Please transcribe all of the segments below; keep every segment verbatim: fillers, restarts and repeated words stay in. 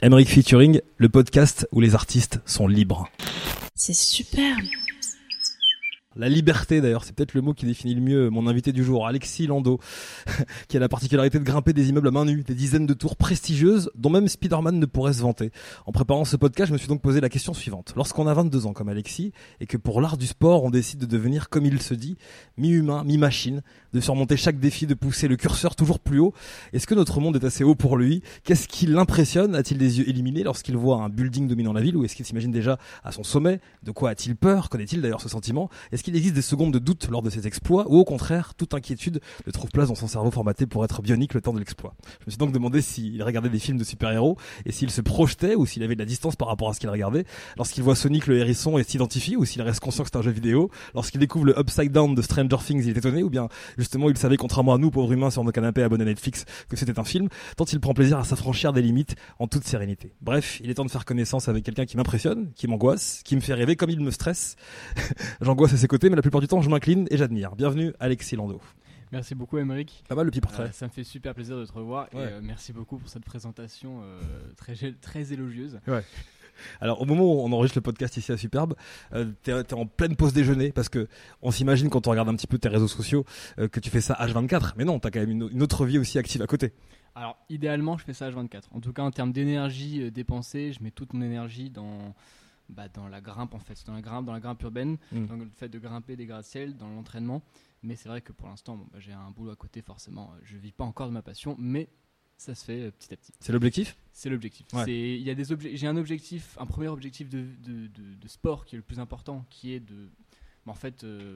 Emeric Featuring, le podcast où les artistes sont libres. C'est super. La liberté d'ailleurs, c'est peut-être le mot qui définit le mieux mon invité du jour, Alexis Landau, qui a la particularité de grimper des immeubles à main nue, des dizaines de tours prestigieuses dont même Spider-Man ne pourrait se vanter. En préparant ce podcast, je me suis donc posé la question suivante. Lorsqu'on a vingt-deux ans comme Alexis, et que pour l'art du sport, on décide de devenir, comme il se dit, mi-humain, mi-machine, de surmonter chaque défi, de pousser le curseur toujours plus haut, est-ce que notre monde est assez haut pour lui ? Qu'est-ce qui l'impressionne ? A-t-il des yeux illuminés lorsqu'il voit un building dominant la ville, ou est-ce qu'il s'imagine déjà à son sommet ? De quoi a-t-il peur ? Connaît-il d'ailleurs ce sentiment ? Est-ce qu'il existe des secondes de doute lors de ses exploits, ou au contraire, toute inquiétude ne trouve place dans son cerveau formaté pour être bionique le temps de l'exploit ? Je me suis donc demandé s'il regardait des films de super-héros, et s'il se projetait, ou s'il avait de la distance par rapport à ce qu'il regardait, lorsqu'il voit Sonic le hérisson et s'identifie, ou s'il reste conscient que c'est un jeu vidéo, lorsqu'il découvre le Upside Down de Stranger Things, il est étonné, ou bien justement il savait, contrairement à nous pauvres humains sur nos canapés abonnés à Netflix, que c'était un film, tant il prend plaisir à s'affranchir des limites en toute sérénité. Bref, il est temps de faire connaissance avec quelqu'un qui m'impressionne, qui m'angoisse, qui me fait rêver comme il me stresse. J'angoisse à ses côtés, mais la plupart du temps je m'incline et j'admire. Bienvenue Alexis Landau. Merci beaucoup Emeric. Pas mal le petit portrait. Euh, ça me fait super plaisir de te revoir ouais. et euh, merci beaucoup pour cette présentation euh, très, très élogieuse. Ouais. Alors au moment où on enregistre le podcast ici à Superbe, euh, t'es, t'es en pleine pause déjeuner parce que on s'imagine quand on regarde un petit peu tes réseaux sociaux euh, que tu fais ça H vingt-quatre, mais non, t'as quand même une, une autre vie aussi active à côté. Alors idéalement je fais ça H vingt-quatre. En tout cas en termes d'énergie euh, dépensée, je mets toute mon énergie dans... Bah, dans la grimpe en fait, dans la grimpe, dans la grimpe urbaine, mmh. dans le fait de grimper des gratte-ciel, dans l'entraînement. Mais c'est vrai que pour l'instant, bon, bah, j'ai un boulot à côté forcément. Je vis pas encore de ma passion, mais ça se fait euh, petit à petit. C'est l'objectif ? C'est l'objectif. Ouais. C'est, il y a des obje- j'ai un objectif, un premier objectif de, de, de, de sport qui est le plus important, qui est de, bah, en fait, euh,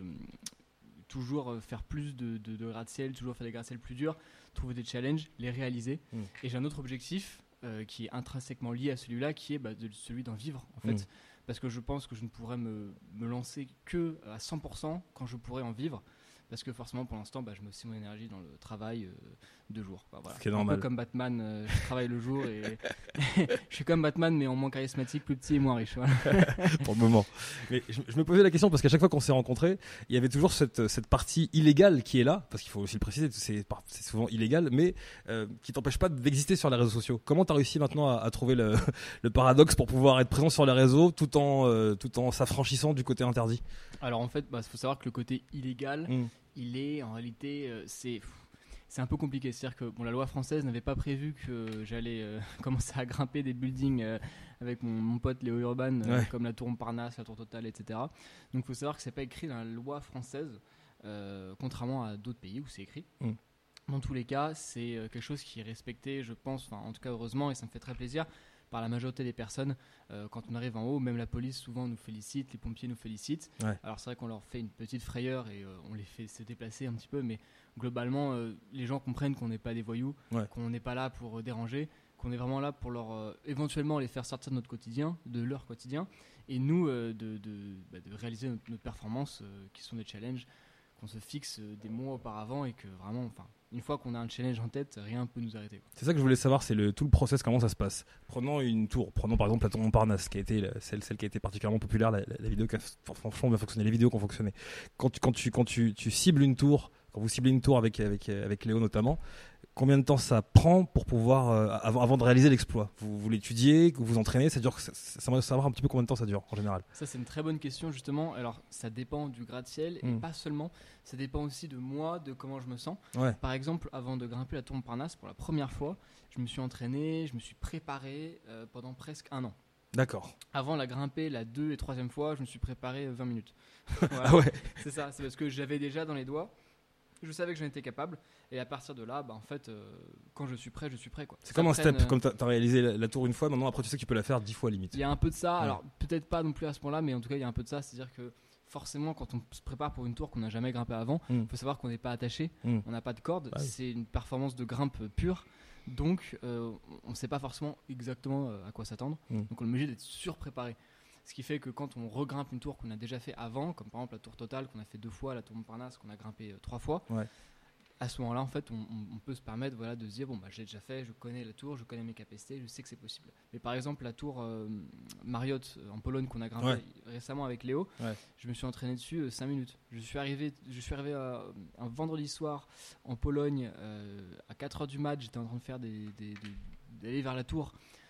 toujours faire plus de, de, de gratte-ciel, toujours faire des gratte-ciel plus durs, trouver des challenges, les réaliser. Mmh. Et j'ai un autre objectif euh, qui est intrinsèquement lié à celui-là, qui est bah, de, celui d'en vivre en fait. Mmh. Parce que je pense que je ne pourrais me, me lancer que à cent pour cent quand je pourrais en vivre. Parce que forcément, pour l'instant, bah, je mets aussi mon énergie dans le travail euh, de jour. Bah, voilà. C'est normal. Un peu comme Batman, euh, je travaille le jour et je suis comme Batman, mais en moins charismatique, plus petit et moins riche. Voilà. Pour le moment. Mais je, je me posais la question parce qu'à chaque fois qu'on s'est rencontrés, il y avait toujours cette, cette partie illégale qui est là, parce qu'il faut aussi le préciser, c'est, c'est souvent illégal, mais euh, qui t'empêche pas d'exister sur les réseaux sociaux. Comment tu as réussi maintenant à, à trouver le, le paradoxe pour pouvoir être présent sur les réseaux tout en, euh, tout en s'affranchissant du côté interdit ? Alors en fait, il bah, faut savoir que le côté illégal, mmh. il est en réalité, euh, c'est, c'est un peu compliqué. C'est-à-dire que bon, la loi française n'avait pas prévu que j'allais euh, commencer à grimper des buildings euh, avec mon, mon pote Léo Urban, euh, ouais. comme la tour Montparnasse, la tour Total, et cetera. Donc il faut savoir que c'est pas écrit dans la loi française, euh, contrairement à d'autres pays où c'est écrit. Mmh. Dans tous les cas, c'est euh, quelque chose qui est respecté, je pense, en tout cas heureusement, et ça me fait très plaisir, par la majorité des personnes. Euh, quand on arrive en haut, même la police souvent nous félicite, les pompiers nous félicitent. Ouais. Alors c'est vrai qu'on leur fait une petite frayeur et euh, on les fait se déplacer un petit peu, mais globalement, euh, les gens comprennent qu'on n'est pas des voyous, ouais. qu'on n'est pas là pour euh, déranger, qu'on est vraiment là pour leur euh, éventuellement les faire sortir de notre quotidien, de leur quotidien, et nous euh, de, de, bah, de réaliser notre, notre performance, euh, qui sont des challenges qu'on se fixe euh, des mois auparavant et que vraiment, enfin. Une fois qu'on a un challenge en tête, rien ne peut nous arrêter, quoi. C'est ça que je voulais savoir, c'est le, tout le process, comment ça se passe. Prenons une tour, prenons par exemple la tour Montparnasse, qui a été la, celle, celle qui a été particulièrement populaire, la, la, la vidéo qui a franchement bien fonctionné, les vidéos qui ont fonctionné. Quand tu, quand tu, quand tu, tu cibles une tour, quand vous ciblez une tour avec, avec, avec Léo notamment, combien de temps ça prend pour pouvoir, euh, avant, avant de réaliser l'exploit ? Vous, vous l'étudiez, vous vous entraînez, ça dure, ça, ça va savoir un petit peu combien de temps ça dure en général. Ça c'est une très bonne question justement. Alors ça dépend du gratte-ciel mmh. et pas seulement, ça dépend aussi de moi, de comment je me sens. Ouais. Par exemple, avant de grimper la tour Montparnasse pour la première fois, je me suis entraîné, je me suis préparé euh, pendant presque un an. D'accord. Avant la grimper la deux et troisième fois, je me suis préparé vingt minutes. Voilà. Ah ouais. C'est ça, c'est parce que j'avais déjà dans les doigts. Je savais que j'en étais capable et à partir de là, bah, en fait, euh, quand je suis prêt, je suis prêt, quoi. C'est ça comme un step, euh... comme tu as réalisé la, la tour une fois, maintenant après tu sais que tu peux la faire dix fois limite. Il y a un peu de ça, ouais. Alors peut-être pas non plus à ce point-là, mais en tout cas il y a un peu de ça, c'est-à-dire que forcément quand on se prépare pour une tour qu'on n'a jamais grimpé avant, il mm. faut savoir qu'on n'est pas attaché, mm. on n'a pas de corde, ah oui. C'est une performance de grimpe pure, donc euh, on ne sait pas forcément exactement à quoi s'attendre, mm. donc on est obligé d'être surpréparé. Ce qui fait que quand on regrimpe une tour qu'on a déjà fait avant, comme par exemple la tour Total qu'on a fait deux fois, la tour Montparnasse qu'on a grimpé euh, trois fois, ouais. À ce moment-là, en fait, on, on peut se permettre, voilà, de se dire bon, bah, j'ai déjà fait, je connais la tour, je connais mes capacités, je sais que c'est possible. Mais par exemple, la tour euh, Marriott euh, en Pologne qu'on a grimpé ouais. récemment avec Léo, ouais. je me suis entraîné dessus euh, cinq minutes. Je suis arrivé, je suis arrivé à, un vendredi soir en Pologne euh, à quatre heures du mat, j'étais en train de faire des, des, des, d'aller vers la tour.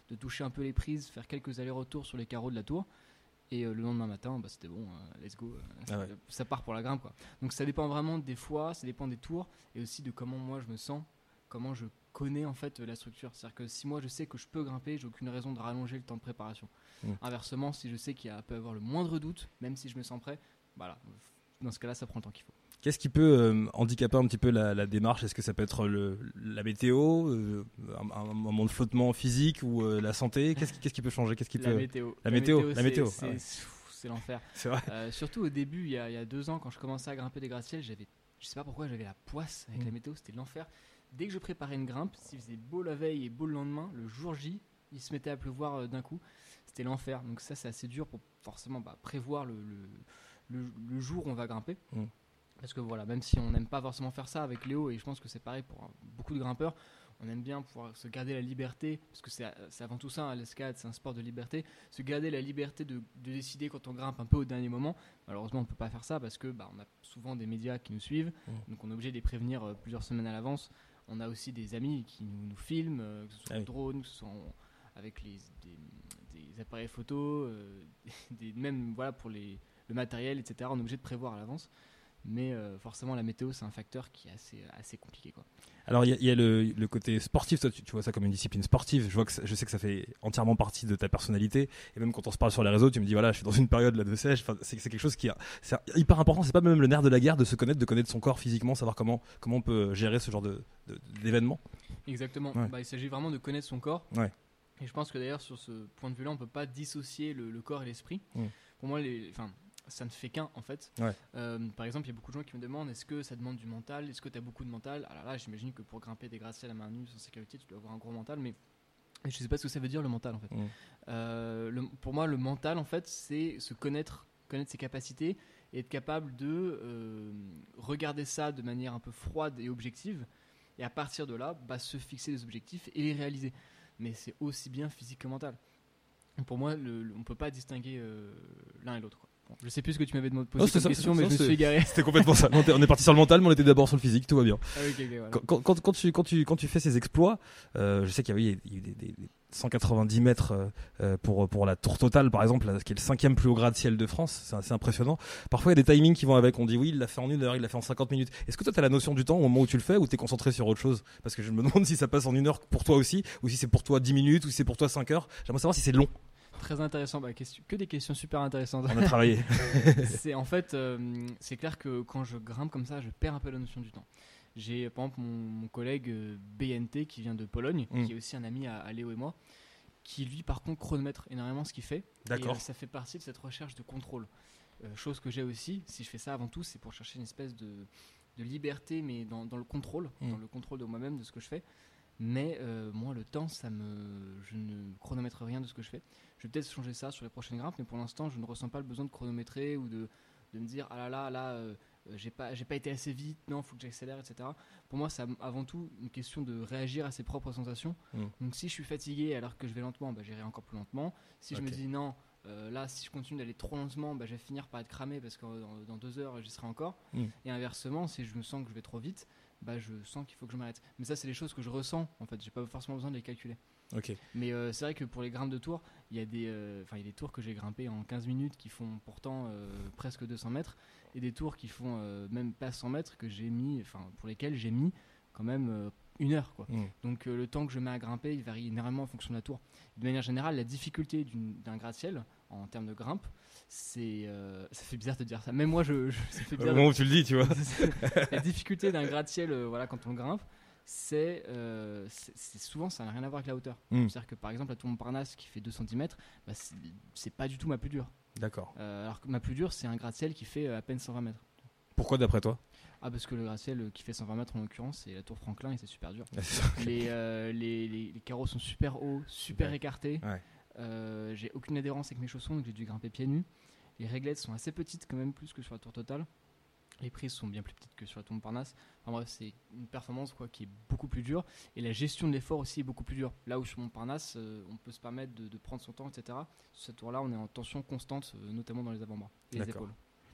de toucher un peu les prises, faire quelques allers-retours sur les carreaux de la tour. Et euh, le lendemain matin, bah, c'était bon, euh, let's go, euh, Ah ouais. ça part pour la grimpe, quoi. Donc ça dépend vraiment des fois, ça dépend des tours et aussi de comment moi je me sens, comment je connais en fait la structure. C'est-à-dire que si moi je sais que je peux grimper, j'ai aucune raison de rallonger le temps de préparation. Mmh. Inversement, si je sais qu'il y a, peut y avoir le moindre doute, même si je me sens prêt, voilà, dans ce cas-là, ça prend le temps qu'il faut. Qu'est-ce qui peut euh, handicaper un petit peu la, la démarche ? Est-ce que ça peut être le, la météo, euh, un, un moment de flottement physique ou euh, la santé ? Qu'est-ce qui, qu'est-ce qui peut changer ? Qu'est-ce qui la, peut... météo. la, la météo. météo. La météo. C'est, ah ouais. c'est, c'est l'enfer. C'est vrai. Euh, surtout au début, il y, a, il y a deux ans, quand je commençais à grimper des gratte-ciels, j'avais, je sais pas pourquoi, j'avais la poisse avec mmh. la météo. C'était l'enfer. Dès que je préparais une grimpe, s'il faisait beau la veille et beau le lendemain, le jour J, il se mettait à pleuvoir euh, d'un coup. C'était l'enfer. Donc ça, c'est assez dur pour forcément bah, prévoir le, le, le, le jour où on va grimper. Mmh. Parce que voilà, même si on n'aime pas forcément faire ça avec Léo, et je pense que c'est pareil pour beaucoup de grimpeurs, on aime bien pouvoir se garder la liberté, parce que c'est, c'est avant tout ça, hein, l'escalade, c'est un sport de liberté, se garder la liberté de, de décider quand on grimpe un peu au dernier moment. Malheureusement, on ne peut pas faire ça parce que bah, on a souvent des médias qui nous suivent, mmh. donc on est obligé de les prévenir euh, plusieurs semaines à l'avance. On a aussi des amis qui nous, nous filment, euh, que ce soit ah oui. drone, que ce soit en, avec les, des, des appareils photos, euh, des, même voilà, pour les, le matériel, et cetera. On est obligé de prévoir à l'avance. Mais euh, forcément, la météo, c'est un facteur qui est assez, assez compliqué, quoi. Alors, il y, y a le, le côté sportif. Toi, tu, tu vois ça comme une discipline sportive. Je, vois que ça, je sais que ça fait entièrement partie de ta personnalité. Et même quand on se parle sur les réseaux, tu me dis, voilà, je suis dans une période là, de sèche. Enfin, c'est, c'est quelque chose qui est, c'est hyper important. C'est pas même le nerf de la guerre de se connaître, de connaître son corps physiquement, savoir comment, comment on peut gérer ce genre de, de, d'événements. Exactement. Ouais. Bah, il s'agit vraiment de connaître son corps. Ouais. Et je pense que d'ailleurs, sur ce point de vue-là, on ne peut pas dissocier le, le corps et l'esprit. Mmh. Pour moi, les... Enfin, ça ne fait qu'un en fait. Ouais. Euh, par exemple, il y a beaucoup de gens qui me demandent est-ce que ça demande du mental ? Est-ce que tu as beaucoup de mental ? Alors là, j'imagine que pour grimper des gratte-ciels à main nue sans sécurité, tu dois avoir un gros mental, mais je ne sais pas ce que ça veut dire le mental en fait. Mmh. Euh, le, pour moi, le mental en fait, c'est se connaître, connaître ses capacités et être capable de euh, regarder ça de manière un peu froide et objective. Et à partir de là, bah, se fixer des objectifs et les réaliser. Mais c'est aussi bien physique que mental. Pour moi, le, le, on ne peut pas distinguer euh, l'un et l'autre, quoi. Bon, je sais plus ce que tu m'avais demandé poser comme question, mais ça, je me suis égaré. C'était complètement ça. On est parti sur le mental, mais on était d'abord sur le physique, tout va bien. Ah, okay, okay, voilà. quand, quand, quand, tu, quand, tu, quand tu fais ces exploits, euh, je sais qu'il y a, oui, il y a eu des, des, des cent quatre-vingt-dix mètres euh, pour, pour la tour totale, par exemple, là, qui est le cinquième plus haut gratte-ciel de France. C'est assez impressionnant. Parfois, il y a des timings qui vont avec. On dit oui, il l'a fait en une heure, il l'a fait en cinquante minutes. Est-ce que toi, tu as la notion du temps au moment où tu le fais ou tu es concentré sur autre chose ? Parce que je me demande si ça passe en une heure pour toi aussi, ou si c'est pour toi dix minutes, ou si c'est pour toi cinq heures. J'aimerais savoir si c'est long. Très intéressant, bah, question, que des questions super intéressantes. On a travaillé. c'est, en fait, euh, c'est clair que quand je grimpe comme ça, je perds un peu la notion du temps. J'ai par exemple mon, mon collègue B N T qui vient de Pologne, mmh. qui est aussi un ami à, à Léo et moi, qui lui par contre chronomètre énormément ce qu'il fait. D'accord. Et euh, ça fait partie de cette recherche de contrôle. Euh, chose que j'ai aussi, si je fais ça avant tout, c'est pour chercher une espèce de, de liberté, mais dans, dans le contrôle, mmh. dans le contrôle de moi-même, de ce que je fais. Mais euh, moi, le temps, ça me, je ne chronomètre rien de ce que je fais. Je vais peut-être changer ça sur les prochaines grimpes, mais pour l'instant, je ne ressens pas le besoin de chronométrer ou de, de me dire ah là là, là, euh, j'ai pas, j'ai pas été assez vite, non, faut que j'accélère, et cetera. Pour moi, c'est avant tout une question de réagir à ses propres sensations. Mmh. Donc, si je suis fatigué alors que je vais lentement, bah, j'irai encore plus lentement. Si okay. je me dis non, euh, là, si je continue d'aller trop lentement, bah, je vais finir par être cramé parce que dans, dans deux heures, j'y serai encore. Mmh. Et inversement, si je me sens que je vais trop vite, bah, je sens qu'il faut que je m'arrête. Mais ça, c'est des choses que je ressens, en fait. J'ai pas forcément besoin de les calculer. Okay. Mais euh, c'est vrai que pour les grimpes de tours, il y a des, euh, il y a des tours que j'ai grimpés en quinze minutes qui font pourtant euh, presque deux cents mètres et des tours qui font euh, même pas cent mètres que j'ai mis, enfin pour lesquels j'ai mis quand même euh, une heure, quoi. Mmh. Donc euh, le temps que je mets à grimper, il varie énormément en fonction de la tour. De manière générale, la difficulté d'une, d'un gratte-ciel en termes de grimpe, c'est, euh, ça fait bizarre de dire ça. Même moi, je, je ça fait bizarre. Au moment où tu le dis, tu vois. La difficulté d'un gratte-ciel, euh, voilà, quand on grimpe. C'est, euh, c'est, c'est souvent ça n'a rien à voir avec la hauteur. Mmh. C'est-à-dire que par exemple la tour Montparnasse qui fait deux centimètres, bah, c'est, c'est pas du tout ma plus dure. D'accord. Euh, alors que ma plus dure c'est un gratte-ciel qui fait à peine cent vingt mètres. Pourquoi d'après toi ? Ah parce que le gratte-ciel qui fait cent vingt mètres en l'occurrence c'est la tour Franklin et c'est super dur. les, euh, les, les, les carreaux sont super hauts, super ouais. écartés. Ouais. Euh, j'ai aucune adhérence avec mes chaussons donc j'ai dû grimper pieds nus. Les réglettes sont assez petites quand même plus que sur la tour totale. Les prises sont bien plus petites que sur la tour Montparnasse. Enfin bref, c'est une performance quoi, qui est beaucoup plus dure. Et la gestion de l'effort aussi est beaucoup plus dure. Là où sur Montparnasse, euh, on peut se permettre de, de prendre son temps, et cetera. Sur cette tour-là, on est en tension constante, euh, notamment dans les avant-bras et D'accord. les épaules.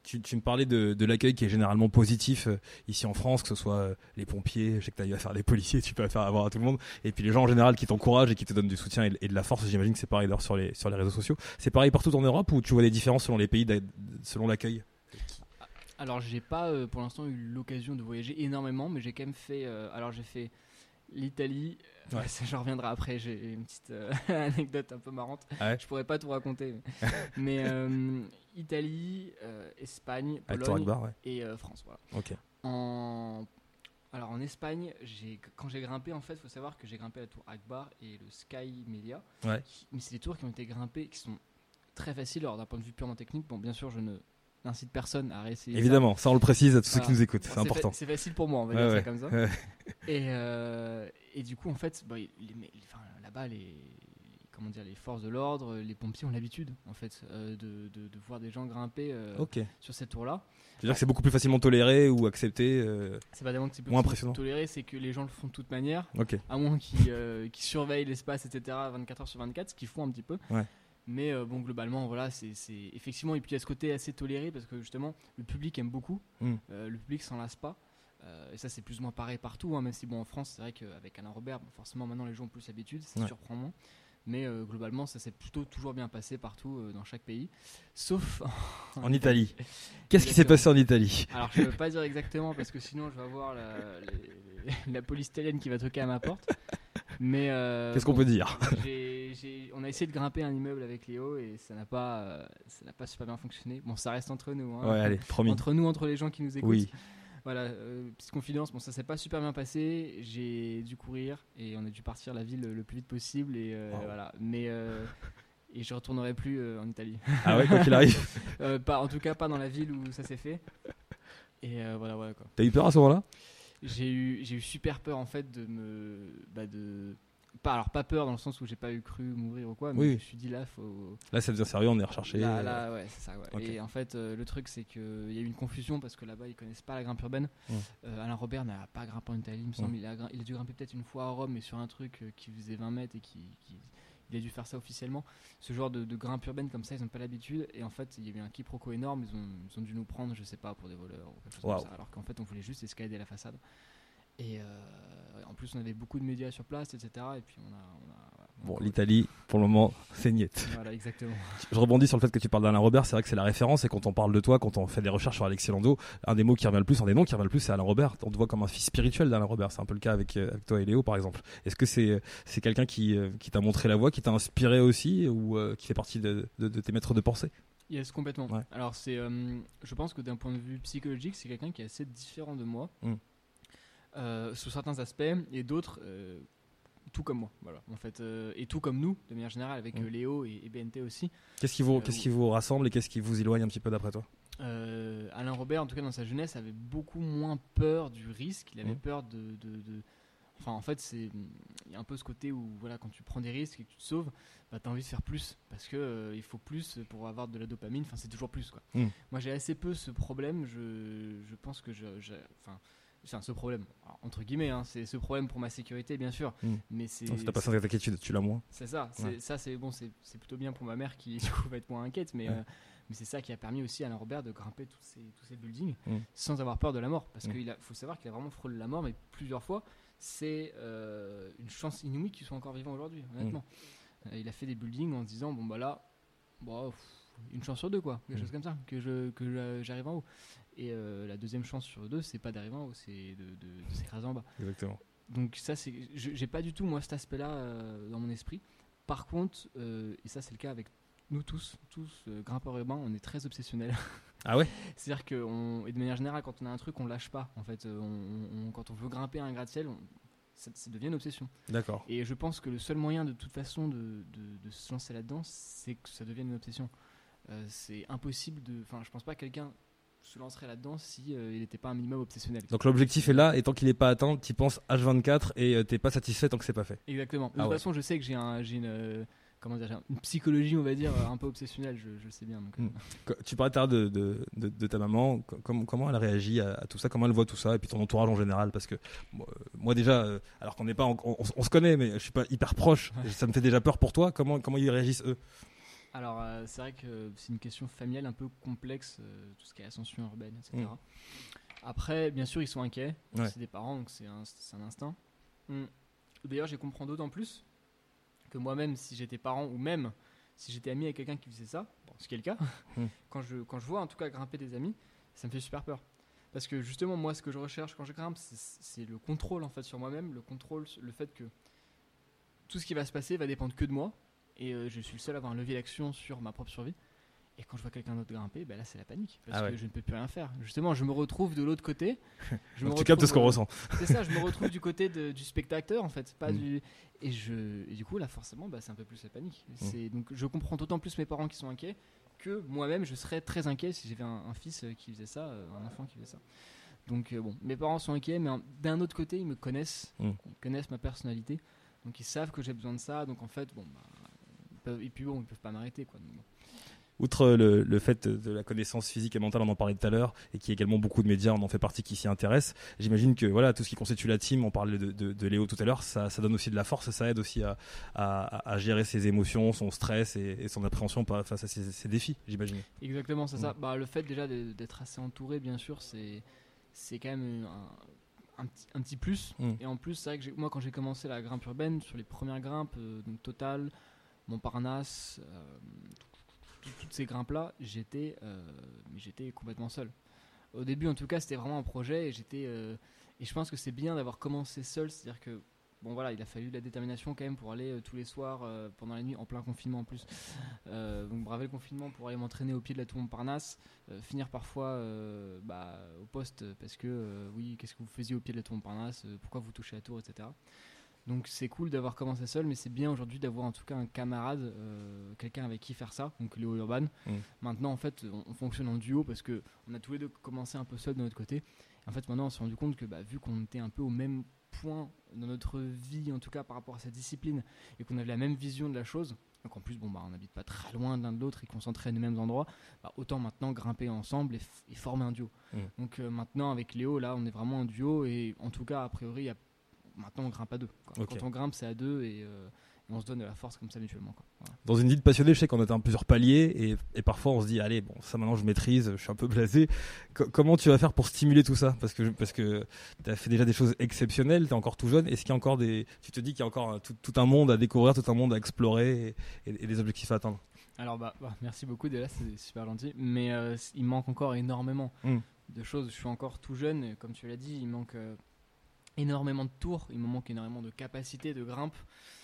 Tu, tu me parlais de, de l'accueil qui est généralement positif euh, ici en France, que ce soit euh, les pompiers, je sais que tu as eu à faire des policiers, tu peux faire avoir à tout le monde, et puis les gens en général qui t'encouragent et qui te donnent du soutien et, et de la force. J'imagine que c'est pareil d'ailleurs sur les, sur les réseaux sociaux. C'est pareil partout en Europe ou tu vois des différences selon les pays, selon l'accueil? Alors j'ai pas euh, pour l'instant eu l'occasion de voyager énormément, mais j'ai quand même fait. Euh, alors j'ai fait l'Italie. Ouais. Ça, j'en reviendrai après. J'ai une petite euh, anecdote un peu marrante. Ah ouais. Je pourrais pas tout raconter, mais, mais euh, Italie, euh, Espagne, Pologne Akbar, ouais. et euh, France. Voilà. Ok. En alors en Espagne, j'ai quand j'ai grimpé, en fait, faut savoir que j'ai grimpé la tour Akbar et le Sky Media. Ouais. Qui, mais c'est des tours qui ont été grimpées, qui sont très faciles. Alors d'un point de vue purement technique, bon, bien sûr, je ne n'incite personne à réessayer. Évidemment, ça. ça on le précise à tous voilà. ceux qui nous écoutent, c'est bon, important. Fa- c'est facile pour moi, on va ouais, dire ouais. ça comme ça. Ouais. Et, euh, et du coup, en fait, bah, les, les, enfin, là-bas, les, comment dire, les forces de l'ordre, les pompiers ont l'habitude, en fait, euh, de, de, de voir des gens grimper euh, okay. sur cette tour-là. Tu veux dire que c'est beaucoup plus facilement toléré ou accepté euh, C'est pas tellement que c'est plus moins impressionnant. Toléré, c'est que les gens le font de toute manière, okay. à moins qu'ils, euh, qu'ils surveillent l'espace, et cetera, vingt-quatre heures sur vingt-quatre, ce qu'ils font un petit peu. Ouais. Mais euh, bon, globalement, voilà, c'est, c'est effectivement, et puis il y a ce côté assez toléré parce que justement, le public aime beaucoup, mm. euh, le public s'en lasse pas. Euh, et ça, c'est plus ou moins pareil partout, hein, même si bon, en France, c'est vrai qu'avec Alain Robert, bon, forcément, maintenant les gens ont plus l'habitude, ça ouais. surprend moins. Mais euh, globalement, ça s'est plutôt toujours bien passé partout euh, dans chaque pays, sauf en, en Italie. Qu'est-ce qui s'est passé en Italie? Alors, je ne veux pas dire exactement parce que sinon, je vais avoir la, les, la police italienne qui va toquer à ma porte. Mais euh, qu'est-ce qu'on bon, peut dire? j'ai, j'ai, On a essayé de grimper un immeuble avec Léo et ça n'a pas, euh, ça n'a pas super bien fonctionné. Bon, ça reste entre nous. Hein, ouais, allez, promis. Entre nous, entre les gens qui nous écoutent. Oui. Voilà, euh, petite confidence, bon, ça s'est pas super bien passé. J'ai dû courir et on a dû partir la ville le plus vite possible. Et euh, wow. voilà. Mais euh, et je retournerai plus euh, en Italie. Ah ouais, quoi qu'il arrive. euh, pas, en tout cas, pas dans la ville où ça s'est fait. Et euh, voilà, voilà quoi. T'as eu peur à ce moment-là? J'ai eu, j'ai eu super peur en fait de me, bah de, pas alors pas peur dans le sens où j'ai pas eu cru mourir ou quoi, mais oui. je me suis dit là faut. Là ça devient sérieux, on est recherché. Là, là ouais c'est ça. Ouais. Okay. Et en fait euh, le truc c'est que il y a eu une confusion parce que là-bas ils connaissent pas la grimpe urbaine. Mmh. Euh, Alain Robert n'a pas grimpé en Italie, il me semble. Mmh. Il a, il a dû grimper peut-être une fois à Rome, mais sur un truc euh, qui faisait vingt mètres et qui, qui il a dû faire ça officiellement. Ce genre de, de grimpe urbaine comme ça, ils n'ont pas l'habitude. Et en fait, il y a eu un quiproquo énorme. Ils ont, ils ont dû nous prendre, je sais pas, pour des voleurs ou quelque chose wow. comme ça. Alors qu'en fait, on voulait juste escalader la façade. Et euh, en plus, on avait beaucoup de médias sur place, et cetera. Et puis on a. On a bon, l'Italie, pour le moment, c'est niette. Voilà, exactement. Je rebondis sur le fait que tu parles d'Alain Robert. C'est vrai que c'est la référence. Et quand on parle de toi, quand on fait des recherches sur Alexis Lando, un des mots qui revient le plus, un des noms qui revient le plus, c'est Alain Robert. On te voit comme un fils spirituel d'Alain Robert. C'est un peu le cas avec, avec toi et Léo, par exemple. Est-ce que c'est, c'est quelqu'un qui, qui t'a montré la voie, qui t'a inspiré aussi, ou euh, qui fait partie de, de, de tes maîtres de pensée? Yes, complètement. Ouais. Alors, c'est, euh, je pense que d'un point de vue psychologique, c'est quelqu'un qui est assez différent de moi. Mm. Euh, sous certains aspects et d'autres euh, tout comme moi voilà en fait euh, et tout comme nous de manière générale avec mmh. euh, Léo et, et B N T aussi. Qu'est-ce qui vous euh, qu'est-ce qui vous rassemble et qu'est-ce qui vous éloigne un petit peu d'après toi? euh, Alain Robert en tout cas dans sa jeunesse avait beaucoup moins peur du risque, il avait mmh. peur de, de, de enfin en fait c'est il y a un peu ce côté où voilà quand tu prends des risques et que tu te sauves bah t'as envie de faire plus parce que euh, il faut plus pour avoir de la dopamine, enfin c'est toujours plus quoi. Mmh. Moi j'ai assez peu ce problème, je je pense que je enfin c'est un ce problème, alors, entre guillemets, hein, c'est ce problème pour ma sécurité, bien sûr. Mmh. Mais c'est. Non, si t'as pas cette inquiétude, tu l'as moins. C'est ça, c'est, ouais. ça c'est bon, c'est, c'est plutôt bien pour ma mère qui du coup va être moins inquiète, mais, ouais. euh, mais c'est ça qui a permis aussi à Alain Robert de grimper tous ces, tous ces buildings mmh. sans avoir peur de la mort. Parce mmh. qu'il faut savoir qu'il a vraiment frôlé la mort, mais plusieurs fois. C'est euh, une chance inouïe qu'il soit encore vivant aujourd'hui, honnêtement. Mmh. Euh, il a fait des buildings en se disant, bon bah là, bon, pff, une chance sur deux, quoi, quelque mmh. chose comme ça, que, je, que j'arrive en haut. Et euh, la deuxième chance sur deux, c'est pas d'arriver en haut, c'est de, de, de s'écraser en bas. Exactement. Donc ça, c'est, je, j'ai pas du tout moi cet aspect-là euh, dans mon esprit. Par contre, euh, et ça c'est le cas avec nous tous, tous euh, grimpeurs urbains, on est très obsessionnels. Ah ouais. C'est-à-dire que on, et de manière générale, quand on a un truc, on lâche pas. En fait, on, on, quand on veut grimper un gratte-ciel, on, ça, ça devient une obsession. D'accord. Et je pense que le seul moyen de toute façon de, de, de se lancer là-dedans, c'est que ça devienne une obsession. Euh, c'est impossible de, enfin, je pense pas que quelqu'un se lancerait là-dedans si euh, il n'était pas un minimum obsessionnel. Donc l'objectif est là et tant qu'il n'est pas atteint, tu penses H vingt-quatre et euh, t'es pas satisfait tant que c'est pas fait. Exactement. De ah toute ouais. façon, je sais que j'ai, un, j'ai une, euh, comment dire, une psychologie, on va dire, un peu obsessionnelle. Je, je le sais bien. Donc, mmh. Tu parlais tard de, de, de, de ta maman. Com- comment elle réagit à, à tout ça? Comment elle voit tout ça? Et puis ton entourage en général? Parce que moi, moi déjà, euh, alors qu'on n'est pas, en, on, on se connaît, mais je suis pas hyper proche. Ça me fait déjà peur pour toi. Comment comment ils réagissent eux? Alors, euh, c'est vrai que c'est une question familiale un peu complexe, euh, tout ce qui est ascension urbaine, et cetera. Mmh. Après, bien sûr, ils sont inquiets. Ouais. C'est des parents, donc c'est un, c'est un instinct. Mmh. D'ailleurs, je comprends d'autant plus que moi-même, si j'étais parent ou même si j'étais ami avec quelqu'un qui faisait ça, bon, ce qui est le cas, mmh. quand, je, quand je vois en tout cas grimper des amis, ça me fait super peur. Parce que justement, moi, ce que je recherche quand je grimpe, c'est, c'est le contrôle en fait sur moi-même, le contrôle, le fait que tout ce qui va se passer va dépendre que de moi. Et euh, je suis le seul à avoir un levier d'action sur ma propre survie. Et quand je vois quelqu'un d'autre grimper, ben là c'est la panique. Parce ah ouais. que je ne peux plus rien faire. Justement, je me retrouve de l'autre côté. Je Donc me tu captes ce qu'on euh, ressent. C'est ça, je me retrouve du côté de, du spectateur en fait. Pas mm. du... et, je, et du coup, là forcément, bah, c'est un peu plus la panique. Mm. C'est... Donc je comprends d'autant plus mes parents qui sont inquiets que moi-même je serais très inquiet si j'avais un, un fils qui faisait ça, un enfant qui faisait ça. Donc euh, bon, mes parents sont inquiets, mais un, d'un autre côté, ils me connaissent. Mm. Ils connaissent ma personnalité. Donc ils savent que j'ai besoin de ça. Donc en fait, bon, bah. Et puis bon, ils peuvent pas m'arrêter quoi. Donc, bon. Outre le, le fait de la connaissance physique et mentale, on en parlait tout à l'heure, et qui est également beaucoup de médias, on en fait partie qui s'y intéressent. J'imagine que voilà, tout ce qui constitue la team, on parlait de, de, de Léo tout à l'heure, ça, ça donne aussi de la force, ça aide aussi à, à, à gérer ses émotions, son stress et, et son appréhension face à ces, ces défis, j'imagine. Exactement, c'est mmh. ça. Bah, le fait déjà de, d'être assez entouré, bien sûr, c'est, c'est quand même un, un, petit, un petit plus. Mmh. Et en plus, c'est vrai que j'ai, moi, quand j'ai commencé la grimpe urbaine, sur les premières grimpes, euh, donc Total, Montparnasse, euh, toutes ces grimpes-là, j'étais, euh, mais j'étais complètement seul. Au début, en tout cas, c'était vraiment un projet et j'étais, euh, et je pense que c'est bien d'avoir commencé seul, c'est-à-dire que, bon voilà, il a fallu de la détermination quand même pour aller euh, tous les soirs, euh, pendant la nuit, en plein confinement en plus, euh, donc braver le confinement pour aller m'entraîner au pied de la tour Montparnasse, euh, finir parfois euh, bah, au poste parce que, euh, oui, qu'est-ce que vous faisiez au pied de la tour Montparnasse, euh, pourquoi vous touchez la tour, et cetera. Donc c'est cool d'avoir commencé seul, mais c'est bien aujourd'hui d'avoir en tout cas un camarade, euh, quelqu'un avec qui faire ça, donc Léo Urban. Mmh. Maintenant en fait on, on fonctionne en duo parce que on a tous les deux commencé un peu seul de notre côté. Et en fait maintenant on s'est rendu compte que bah, vu qu'on était un peu au même point dans notre vie, en tout cas par rapport à cette discipline, et qu'on avait la même vision de la chose, donc en plus bon, bah, on n'habite pas très loin l'un de l'autre et qu'on s'entraîne aux mêmes endroits, bah, autant maintenant grimper ensemble et, f- et former un duo. Mmh. Donc euh, maintenant avec Léo là on est vraiment un duo et en tout cas a priori il y a maintenant on grimpe à deux quoi. Okay. Quand on grimpe c'est à deux et, euh, et on se donne de la force comme ça mutuellement quoi. Voilà. Dans une vie de passionné, je sais qu'on atteint plusieurs paliers et, et parfois on se dit allez bon ça maintenant je maîtrise, je suis un peu blasé. C- comment tu vas faire pour stimuler tout ça parce que parce que tu as fait déjà des choses exceptionnelles, tu es encore tout jeune, est-ce qu'il y a encore des tu te dis qu'il y a encore un, tout, tout un monde à découvrir, tout un monde à explorer et, et, et des objectifs à atteindre? Alors bah, bah merci beaucoup déjà, c'est super gentil, mais euh, il manque encore énormément mm. de choses, je suis encore tout jeune comme tu l'as dit, il manque euh, énormément de tours, il me manque énormément de capacité de grimpe.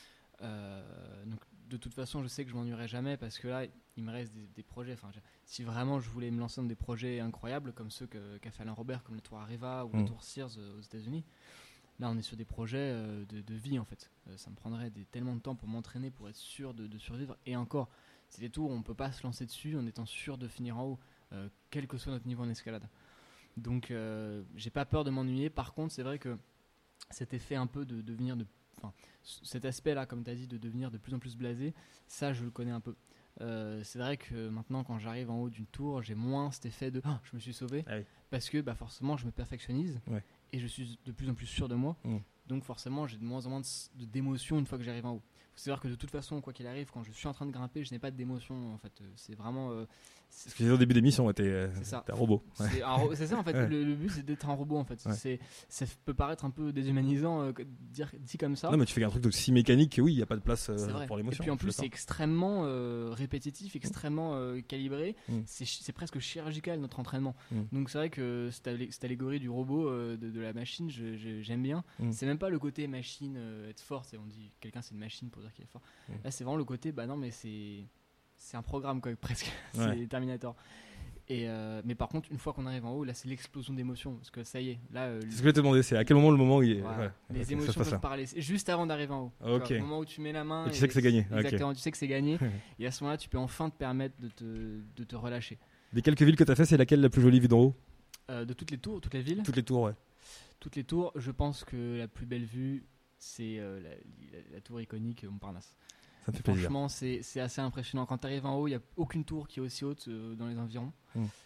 Euh, donc de toute façon, je sais que je m'ennuierai jamais parce que là, il me reste des, des projets. Enfin, je, si vraiment je voulais me lancer dans des projets incroyables comme ceux que, qu'a fait Alain Robert, comme le Tour Areva ou mmh. le Tour Sears aux États-Unis, là, on est sur des projets euh, de, de vie en fait. Euh, ça me prendrait des, tellement de temps pour m'entraîner, pour être sûr de, de survivre. Et encore, c'est des tours où on peut pas se lancer dessus en étant sûr de finir en haut, euh, quel que soit notre niveau en escalade. Donc, euh, j'ai pas peur de m'ennuyer. Par contre, c'est vrai que cet effet un peu de devenir de, enfin, cet aspect là comme tu as dit de devenir de plus en plus blasé, ça je le connais un peu. Euh, c'est vrai que maintenant quand j'arrive en haut d'une tour, j'ai moins cet effet de oh, je me suis sauvé, ah oui. parce que bah, forcément je me perfectionnise ouais. et je suis de plus en plus sûr de moi, mmh. donc forcément j'ai de moins en moins de, de, d'émotion une fois que j'arrive en haut. Il faut savoir que de toute façon quoi qu'il arrive, quand je suis en train de grimper, je n'ai pas d'émotion en fait. C'est vraiment euh, c'est... ce que j'ai dit au début de l'émission, t'es, euh, t'es un robot. Ouais. C'est, un ro- c'est ça en fait, ouais. le, le but c'est d'être un robot en fait. Ouais. C'est, ça peut paraître un peu déshumanisant euh, dire, dit comme ça. Non mais tu fais un truc aussi mécanique que oui, il n'y a pas de place euh, pour l'émotion. Et puis en plus c'est extrêmement euh, répétitif, extrêmement euh, calibré, mm. c'est, c'est presque chirurgical notre entraînement. Mm. Donc c'est vrai que cette, allé- cette allégorie du robot, euh, de, de la machine, je, je, j'aime bien. Mm. C'est même pas le côté machine, euh, être fort, c'est, on dit quelqu'un c'est une machine pour dire qu'il est fort. Mm. Là c'est vraiment le côté, bah non mais c'est, c'est un programme quoi, presque, c'est ouais. Terminator. Et euh, mais par contre, une fois qu'on arrive en haut, là c'est l'explosion d'émotions parce que ça y est, là. Euh, c'est ce que je vais te demander, c'est à quel moment le moment où il est. Voilà. Ouais, les okay, émotions peuvent parler. C'est juste avant d'arriver en haut. Ok. Au moment où tu mets la main. Et tu sais que c'est gagné. Exactement, okay. tu sais que c'est gagné. Et à ce moment-là, tu peux enfin te permettre de te, de te relâcher. Des quelques villes que tu as fait, c'est laquelle la plus jolie vue d'en haut? euh, De toutes les tours, toutes les villes. Toutes les tours, ouais. Toutes les tours, je pense que la plus belle vue, c'est euh, la, la, la tour iconique Montparnasse. Ça me fait Franchement, c'est, c'est assez impressionnant. Quand tu arrives en haut, il n'y a aucune tour qui est aussi haute euh, dans les environs. Il mm.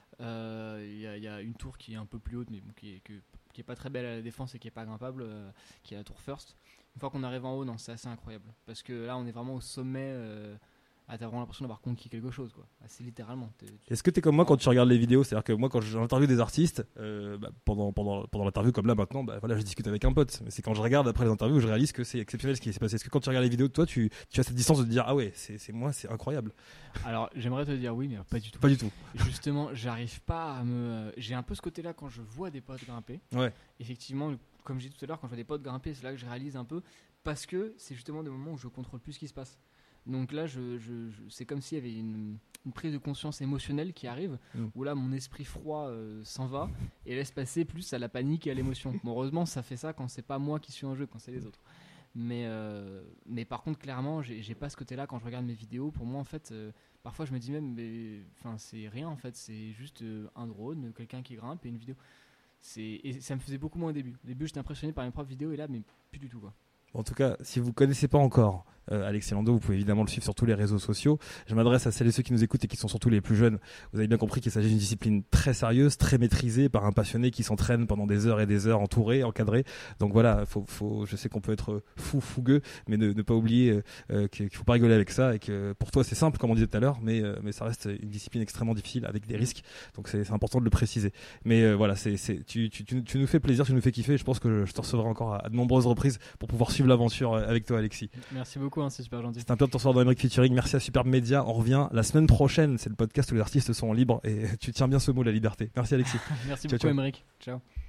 euh, y, y a une tour qui est un peu plus haute, mais bon, qui, est, que, qui est pas très belle à la défense et qui est pas grimpable, euh, qui est la tour First. Une fois qu'on arrive en haut, non, c'est assez incroyable. Parce que là, on est vraiment au sommet. Euh, ah, t'as vraiment l'impression d'avoir conquis quelque chose, quoi. Assez littéralement. T'es, tu... Est-ce que t'es comme moi quand tu regardes les vidéos? C'est-à-dire que moi, quand j'interviewe des artistes, euh, bah, pendant, pendant, pendant l'interview, comme là maintenant, bah, voilà, je discute avec un pote. Mais c'est quand je regarde après les interviews, je réalise que c'est exceptionnel ce qui s'est passé. Est-ce que quand tu regardes les vidéos de toi, tu, tu as cette distance de te dire, ah ouais, c'est, c'est moi, c'est incroyable? Alors, j'aimerais te dire oui, mais pas du tout. Pas du tout. Justement, j'arrive pas à me. J'ai un peu ce côté-là quand je vois des potes grimper. Ouais. Effectivement, comme j'ai dit tout à l'heure, quand je vois des potes grimper, c'est là que je réalise un peu. Parce que c'est justement des moments où je contrôle plus ce qui se passe. Donc là, je, je, je, c'est comme s'il y avait une, une prise de conscience émotionnelle qui arrive, mmh. où là, mon esprit froid euh, s'en va et laisse passer plus à la panique et à l'émotion. Bon, heureusement, ça fait ça quand c'est pas moi qui suis en jeu, quand c'est les autres. Mais, euh, mais par contre, clairement, j'ai, j'ai pas ce côté-là quand je regarde mes vidéos. Pour moi, en fait, euh, parfois, je me dis même, mais, c'est rien, en fait. C'est juste euh, un drone, quelqu'un qui grimpe et une vidéo. C'est, et ça me faisait beaucoup moins au début. Au début, j'étais impressionné par mes propres vidéos et là, mais plus du tout, quoi. En tout cas, si vous ne connaissez pas encore euh, Alexis Lando, vous pouvez évidemment le suivre sur tous les réseaux sociaux. Je m'adresse à celles et ceux qui nous écoutent et qui sont surtout les plus jeunes. Vous avez bien compris qu'il s'agit d'une discipline très sérieuse, très maîtrisée par un passionné qui s'entraîne pendant des heures et des heures, entouré, encadré. Donc voilà, faut, faut, je sais qu'on peut être fou, fougueux, mais ne, ne pas oublier euh, qu'il ne faut pas rigoler avec ça et que pour toi c'est simple, comme on disait tout à l'heure, mais, euh, mais ça reste une discipline extrêmement difficile avec des risques. Donc c'est, c'est important de le préciser. Mais euh, voilà, c'est, c'est, tu, tu, tu, tu nous fais plaisir, tu nous fais kiffer. Je pense que je te recevrai encore à, à de nombreuses reprises pour pouvoir suivre l'aventure avec toi, Alexis. Merci beaucoup, hein, c'est super gentil. C'est un plaisir de te recevoir dans Emeric Featuring. Merci à Superbe Média. On revient la semaine prochaine. C'est le podcast où les artistes sont libres et tu tiens bien ce mot, la liberté. Merci, Alexis. Merci ciao, beaucoup, Emeric. Ciao.